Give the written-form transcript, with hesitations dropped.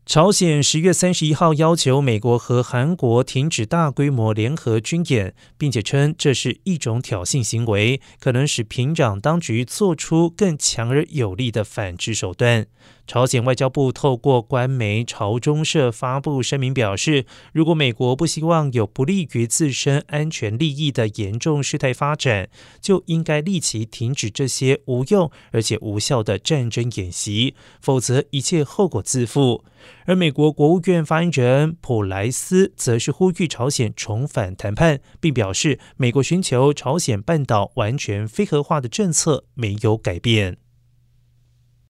朝鲜10月31号要求美国和韩国停止大规模联合军演，并且称这是一种挑衅行为，可能使平壤当局做出更强而有力的反制手段。朝鲜外交部透过官媒朝中社发布声明表示，如果美国不希望有不利于自身安全利益的严重事态发展，就应该立即停止这些无用而且无效的战争演习，否则一切后果自负。而美国国务院发言人普莱斯则是呼吁朝鲜重返谈判，并表示美国寻求朝鲜半岛完全非核化的政策没有改变。